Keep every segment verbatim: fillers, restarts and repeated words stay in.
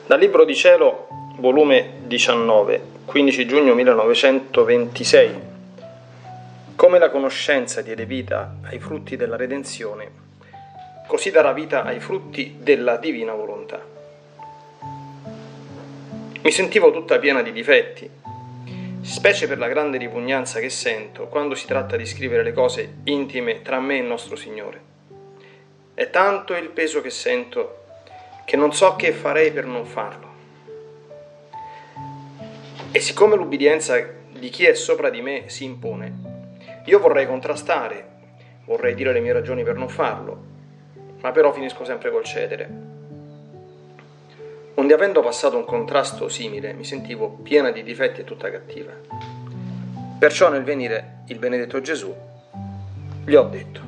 Dal Libro di Cielo, volume diciannove, quindici giugno millenovecentoventisei. Come la conoscenza diede vita ai frutti della redenzione, così darà vita ai frutti della divina volontà. Mi sentivo tutta piena di difetti, specie per la grande ripugnanza che sento quando si tratta di scrivere le cose intime tra me e il nostro Signore. È tanto il peso che sento che non so che farei per non farlo. E siccome l'ubbidienza di chi è sopra di me si impone, io vorrei contrastare, vorrei dire le mie ragioni per non farlo, ma però finisco sempre col cedere. Onde avendo passato un contrasto simile, mi sentivo piena di difetti e tutta cattiva. Perciò nel venire il benedetto Gesù, gli ho detto: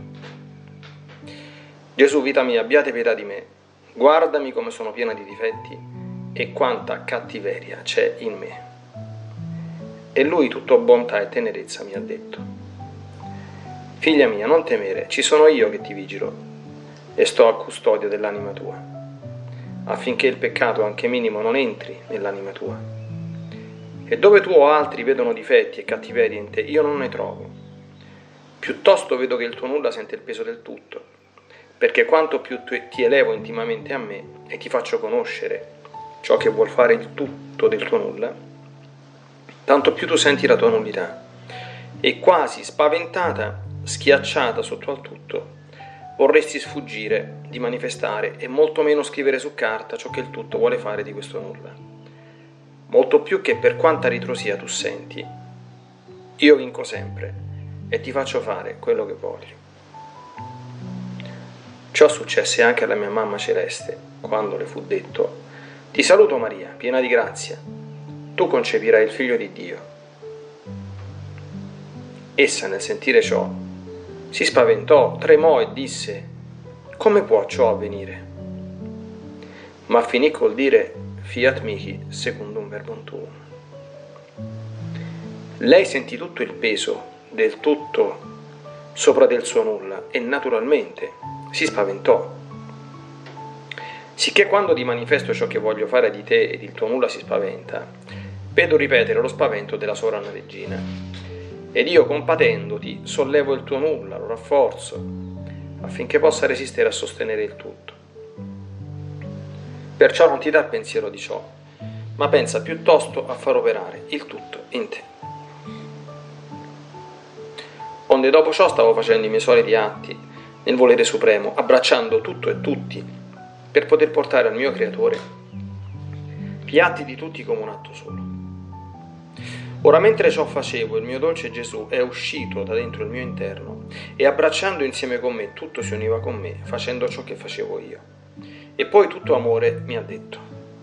Gesù, vita mia, abbiate pietà di me, guardami come sono piena di difetti e quanta cattiveria c'è in me. E lui, tutto bontà e tenerezza, mi ha detto: figlia mia, non temere, ci sono io che ti vigilo e sto a custodia dell'anima tua, affinché il peccato anche minimo non entri nell'anima tua. E dove tu o altri vedono difetti e cattiverie in te, io non ne trovo. Piuttosto vedo che il tuo nulla sente il peso del tutto, perché quanto più ti elevo intimamente a me e ti faccio conoscere ciò che vuol fare il tutto del tuo nulla, tanto più tu senti la tua nullità e quasi spaventata, schiacciata sotto al tutto, vorresti sfuggire di manifestare e molto meno scrivere su carta ciò che il tutto vuole fare di questo nulla. Molto più che per quanta ritrosia tu senti, io vinco sempre e ti faccio fare quello che voglio. Ciò successe anche alla mia mamma celeste, quando le fu detto: ti saluto Maria, piena di grazia, tu concepirai il figlio di Dio. Essa, nel sentire ciò, si spaventò, tremò e disse: come può ciò avvenire? Ma finì col dire: fiat mihi secundum verbum tuum. Lei sentì tutto il peso del tutto sopra del suo nulla e naturalmente si spaventò. Sicché quando di manifesto ciò che voglio fare di te ed il tuo nulla si spaventa, vedo ripetere lo spavento della sovrana regina. Ed io, compatendoti, sollevo il tuo nulla, lo rafforzo, affinché possa resistere a sostenere il tutto. Perciò non ti dar pensiero di ciò, ma pensa piuttosto a far operare il tutto in te. Onde dopo ciò stavo facendo i miei soliti atti nel volere supremo, abbracciando tutto e tutti, per poter portare al mio Creatore gli atti di tutti come un atto solo. Ora, mentre ciò facevo, il mio dolce Gesù è uscito da dentro il mio interno e, abbracciando insieme con me, tutto si univa con me, facendo ciò che facevo io. E poi, tutto amore, mi ha detto: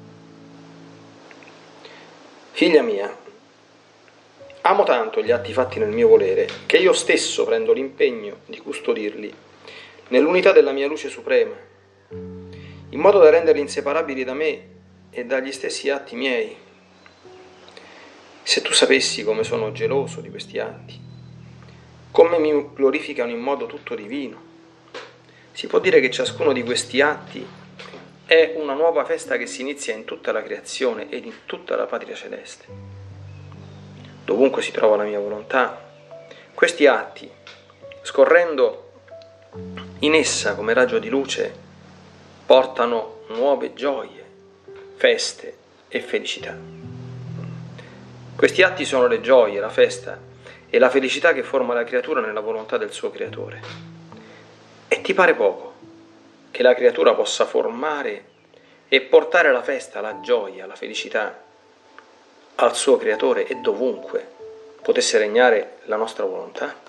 figlia mia, amo tanto gli atti fatti nel mio volere, che io stesso prendo l'impegno di custodirli nell'unità della mia luce suprema, in modo da renderli inseparabili da me e dagli stessi atti miei. Se tu sapessi come sono geloso di questi atti, come mi glorificano in modo tutto divino, si può dire che ciascuno di questi atti è una nuova festa che si inizia in tutta la creazione ed in tutta la patria celeste. Dovunque si trova la mia volontà, questi atti, scorrendo in essa come raggio di luce, portano nuove gioie, feste e felicità. Questi atti sono le gioie, la festa e la felicità che forma la creatura nella volontà del suo Creatore. E ti pare poco che la creatura possa formare e portare la festa, la gioia, la felicità al suo Creatore e dovunque potesse regnare la nostra volontà?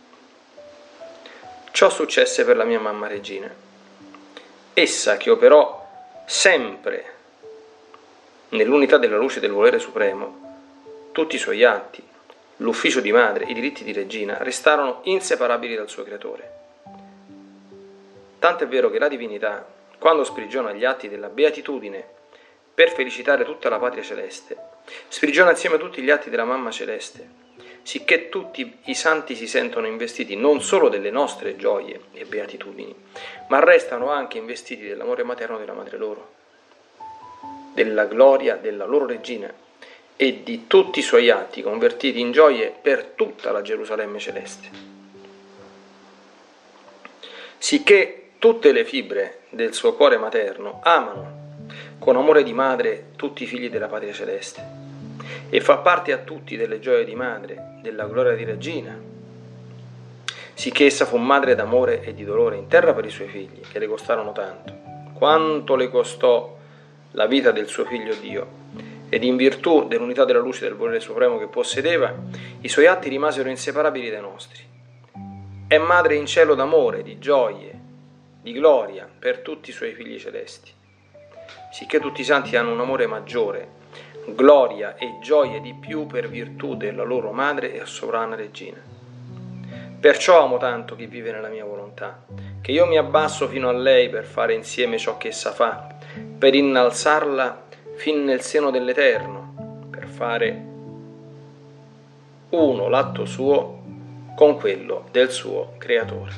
Ciò successe per la mia mamma regina. Essa, che operò sempre nell'unità della luce del volere supremo, tutti i suoi atti, l'ufficio di madre, i diritti di regina, restarono inseparabili dal suo Creatore. Tanto è vero che la divinità, quando sprigiona gli atti della beatitudine per felicitare tutta la patria celeste, sprigiona insieme tutti gli atti della mamma celeste, sicché tutti i santi si sentono investiti non solo delle nostre gioie e beatitudini, ma restano anche investiti dell'amore materno della madre loro. della gloria della loro regina e di tutti i suoi atti convertiti in gioie per tutta la Gerusalemme celeste. Sicché tutte le fibre del suo cuore materno amano con amore di madre tutti i figli della patria celeste e fa parte a tutti delle gioie di madre, della gloria di regina, sicché essa fu madre d'amore e di dolore in terra per i suoi figli, che le costarono tanto, quanto le costò la vita del suo figlio Dio, ed in virtù dell'unità della luce del volere supremo che possedeva, i suoi atti rimasero inseparabili dai nostri. È madre in cielo d'amore, di gioie, di gloria per tutti i suoi figli celesti, sicché tutti i santi hanno un amore maggiore, gloria e gioie di più per virtù della loro madre e sovrana regina. Perciò amo tanto chi vive nella mia volontà, che io mi abbasso fino a lei per fare insieme ciò che essa fa, per innalzarla fin nel seno dell'Eterno, per fare uno l'atto suo con quello del suo Creatore.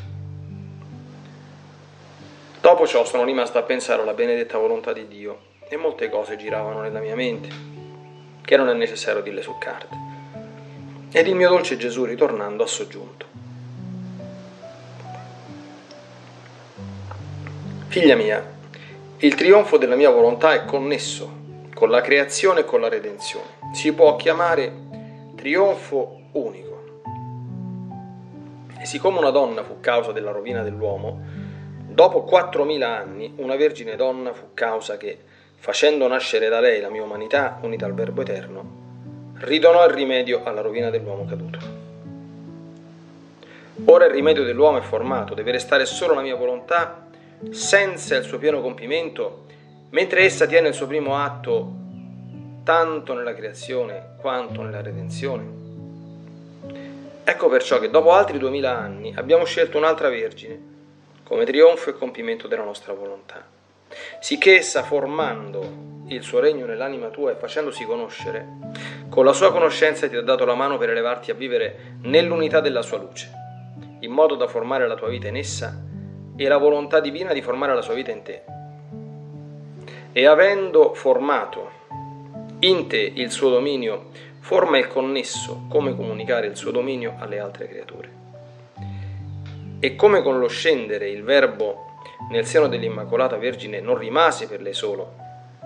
Dopo ciò sono rimasto a pensare alla benedetta volontà di Dio e molte cose giravano nella mia mente, che non è necessario dirle su carta. Ed il mio dolce Gesù, ritornando, ha soggiunto: figlia mia, il trionfo della mia volontà è connesso con la creazione e con la redenzione. Si può chiamare trionfo unico. E siccome una donna fu causa della rovina dell'uomo, dopo quattromila anni una vergine donna fu causa che, facendo nascere da lei la mia umanità unita al Verbo Eterno, ridonò il rimedio alla rovina dell'uomo caduto. Ora il rimedio dell'uomo è formato, deve restare solo la mia volontà senza il suo pieno compimento, mentre essa tiene il suo primo atto tanto nella creazione quanto nella redenzione. Ecco perciò che dopo altri duemila anni abbiamo scelto un'altra Vergine come trionfo e compimento della nostra volontà, sicché essa, formando il suo regno nell'anima tua e facendosi conoscere, con la sua conoscenza ti ha dato la mano per elevarti a vivere nell'unità della sua luce, in modo da formare la tua vita in essa e la volontà divina di formare la sua vita in te. E avendo formato in te il suo dominio, forma il connesso come comunicare il suo dominio alle altre creature. E come con lo scendere il Verbo nel seno dell'Immacolata Vergine non rimase per lei solo,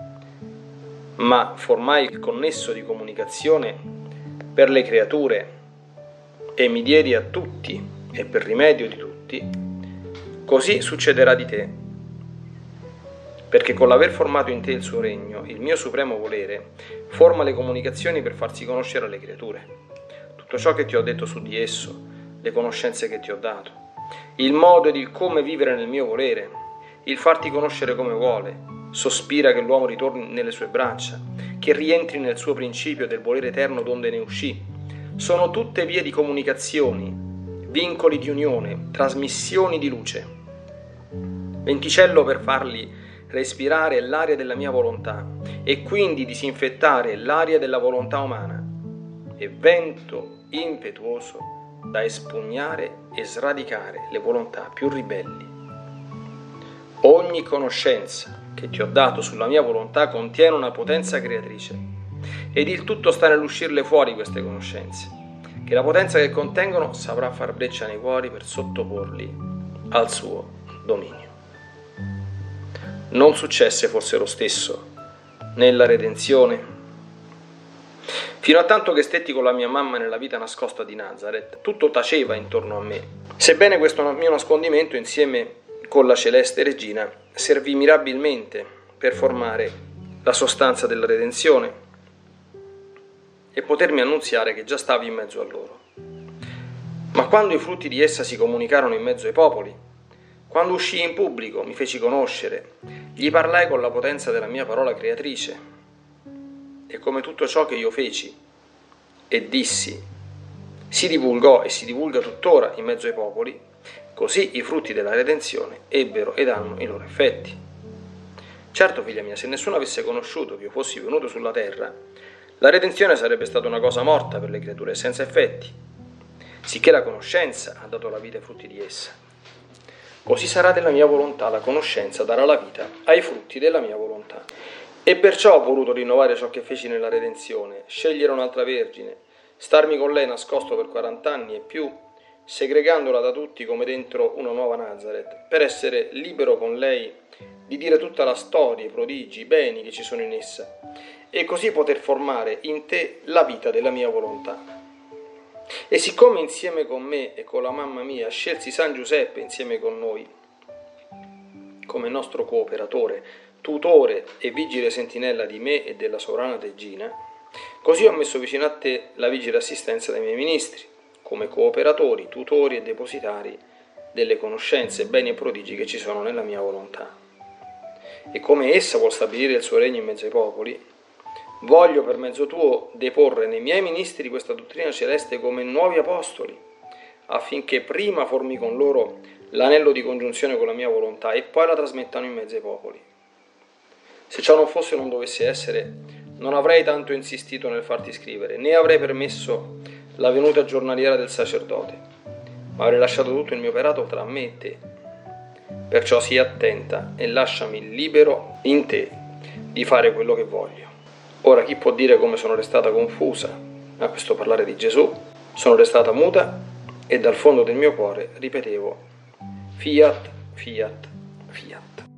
ma formai il connesso di comunicazione per le creature e mi diedi a tutti e per rimedio di tutti, così succederà di te, perché con l'aver formato in te il suo regno, il mio supremo volere forma le comunicazioni per farsi conoscere alle creature. Tutto ciò che ti ho detto su di esso, le conoscenze che ti ho dato, il modo ed il come vivere nel mio volere, il farti conoscere come vuole, sospira che l'uomo ritorni nelle sue braccia, che rientri nel suo principio del volere eterno donde ne uscì, sono tutte vie di comunicazioni, vincoli di unione, trasmissioni di luce. Venticello per farli respirare l'aria della mia volontà e quindi disinfettare l'aria della volontà umana, e vento impetuoso da espugnare e sradicare le volontà più ribelli. Ogni conoscenza che ti ho dato sulla mia volontà contiene una potenza creatrice, ed il tutto sta nell'uscirle fuori queste conoscenze, che la potenza che contengono saprà far breccia nei cuori per sottoporli al suo dominio. Non successe forse lo stesso nella redenzione? Fino a tanto che stetti con la mia mamma nella vita nascosta di Nazareth, tutto taceva intorno a me, sebbene questo mio nascondimento insieme con la celeste regina servì mirabilmente per formare la sostanza della redenzione e potermi annunziare che già stavi in mezzo a loro. Ma quando i frutti di essa si comunicarono in mezzo ai popoli, quando uscii in pubblico, mi feci conoscere, gli parlai con la potenza della mia parola creatrice, e come tutto ciò che io feci e dissi si divulgò e si divulga tuttora in mezzo ai popoli, così i frutti della redenzione ebbero ed hanno i loro effetti. Certo, figlia mia, se nessuno avesse conosciuto che io fossi venuto sulla terra, la redenzione sarebbe stata una cosa morta per le creature senza effetti, sicché la conoscenza ha dato la vita ai frutti di essa. Così sarà della mia volontà, la conoscenza darà la vita ai frutti della mia volontà. E perciò ho voluto rinnovare ciò che feci nella redenzione, scegliere un'altra vergine, starmi con lei nascosto per quarant'anni e più, segregandola da tutti come dentro una nuova Nazareth, per essere libero con lei di dire tutta la storia, i prodigi, i beni che ci sono in essa, e così poter formare in te la vita della mia volontà. E siccome insieme con me e con la mamma mia scelsi San Giuseppe insieme con noi, come nostro cooperatore, tutore e vigile sentinella di me e della sovrana regina, così ho messo vicino a te la vigile assistenza dei miei ministri, come cooperatori, tutori e depositari delle conoscenze, beni e prodigi che ci sono nella mia volontà. E come essa vuol stabilire il suo regno in mezzo ai popoli, voglio per mezzo tuo deporre nei miei ministri questa dottrina celeste come nuovi apostoli, affinché prima formi con loro l'anello di congiunzione con la mia volontà e poi la trasmettano in mezzo ai popoli. Se ciò non fosse o non dovesse essere, non avrei tanto insistito nel farti scrivere, né avrei permesso la venuta giornaliera del sacerdote, ma avrei lasciato tutto il mio operato tra me e te. Perciò sii attenta e lasciami libero in te di fare quello che voglio. Ora chi può dire come sono restata confusa a questo parlare di Gesù? Sono restata muta e dal fondo del mio cuore ripetevo Fiat, Fiat, Fiat.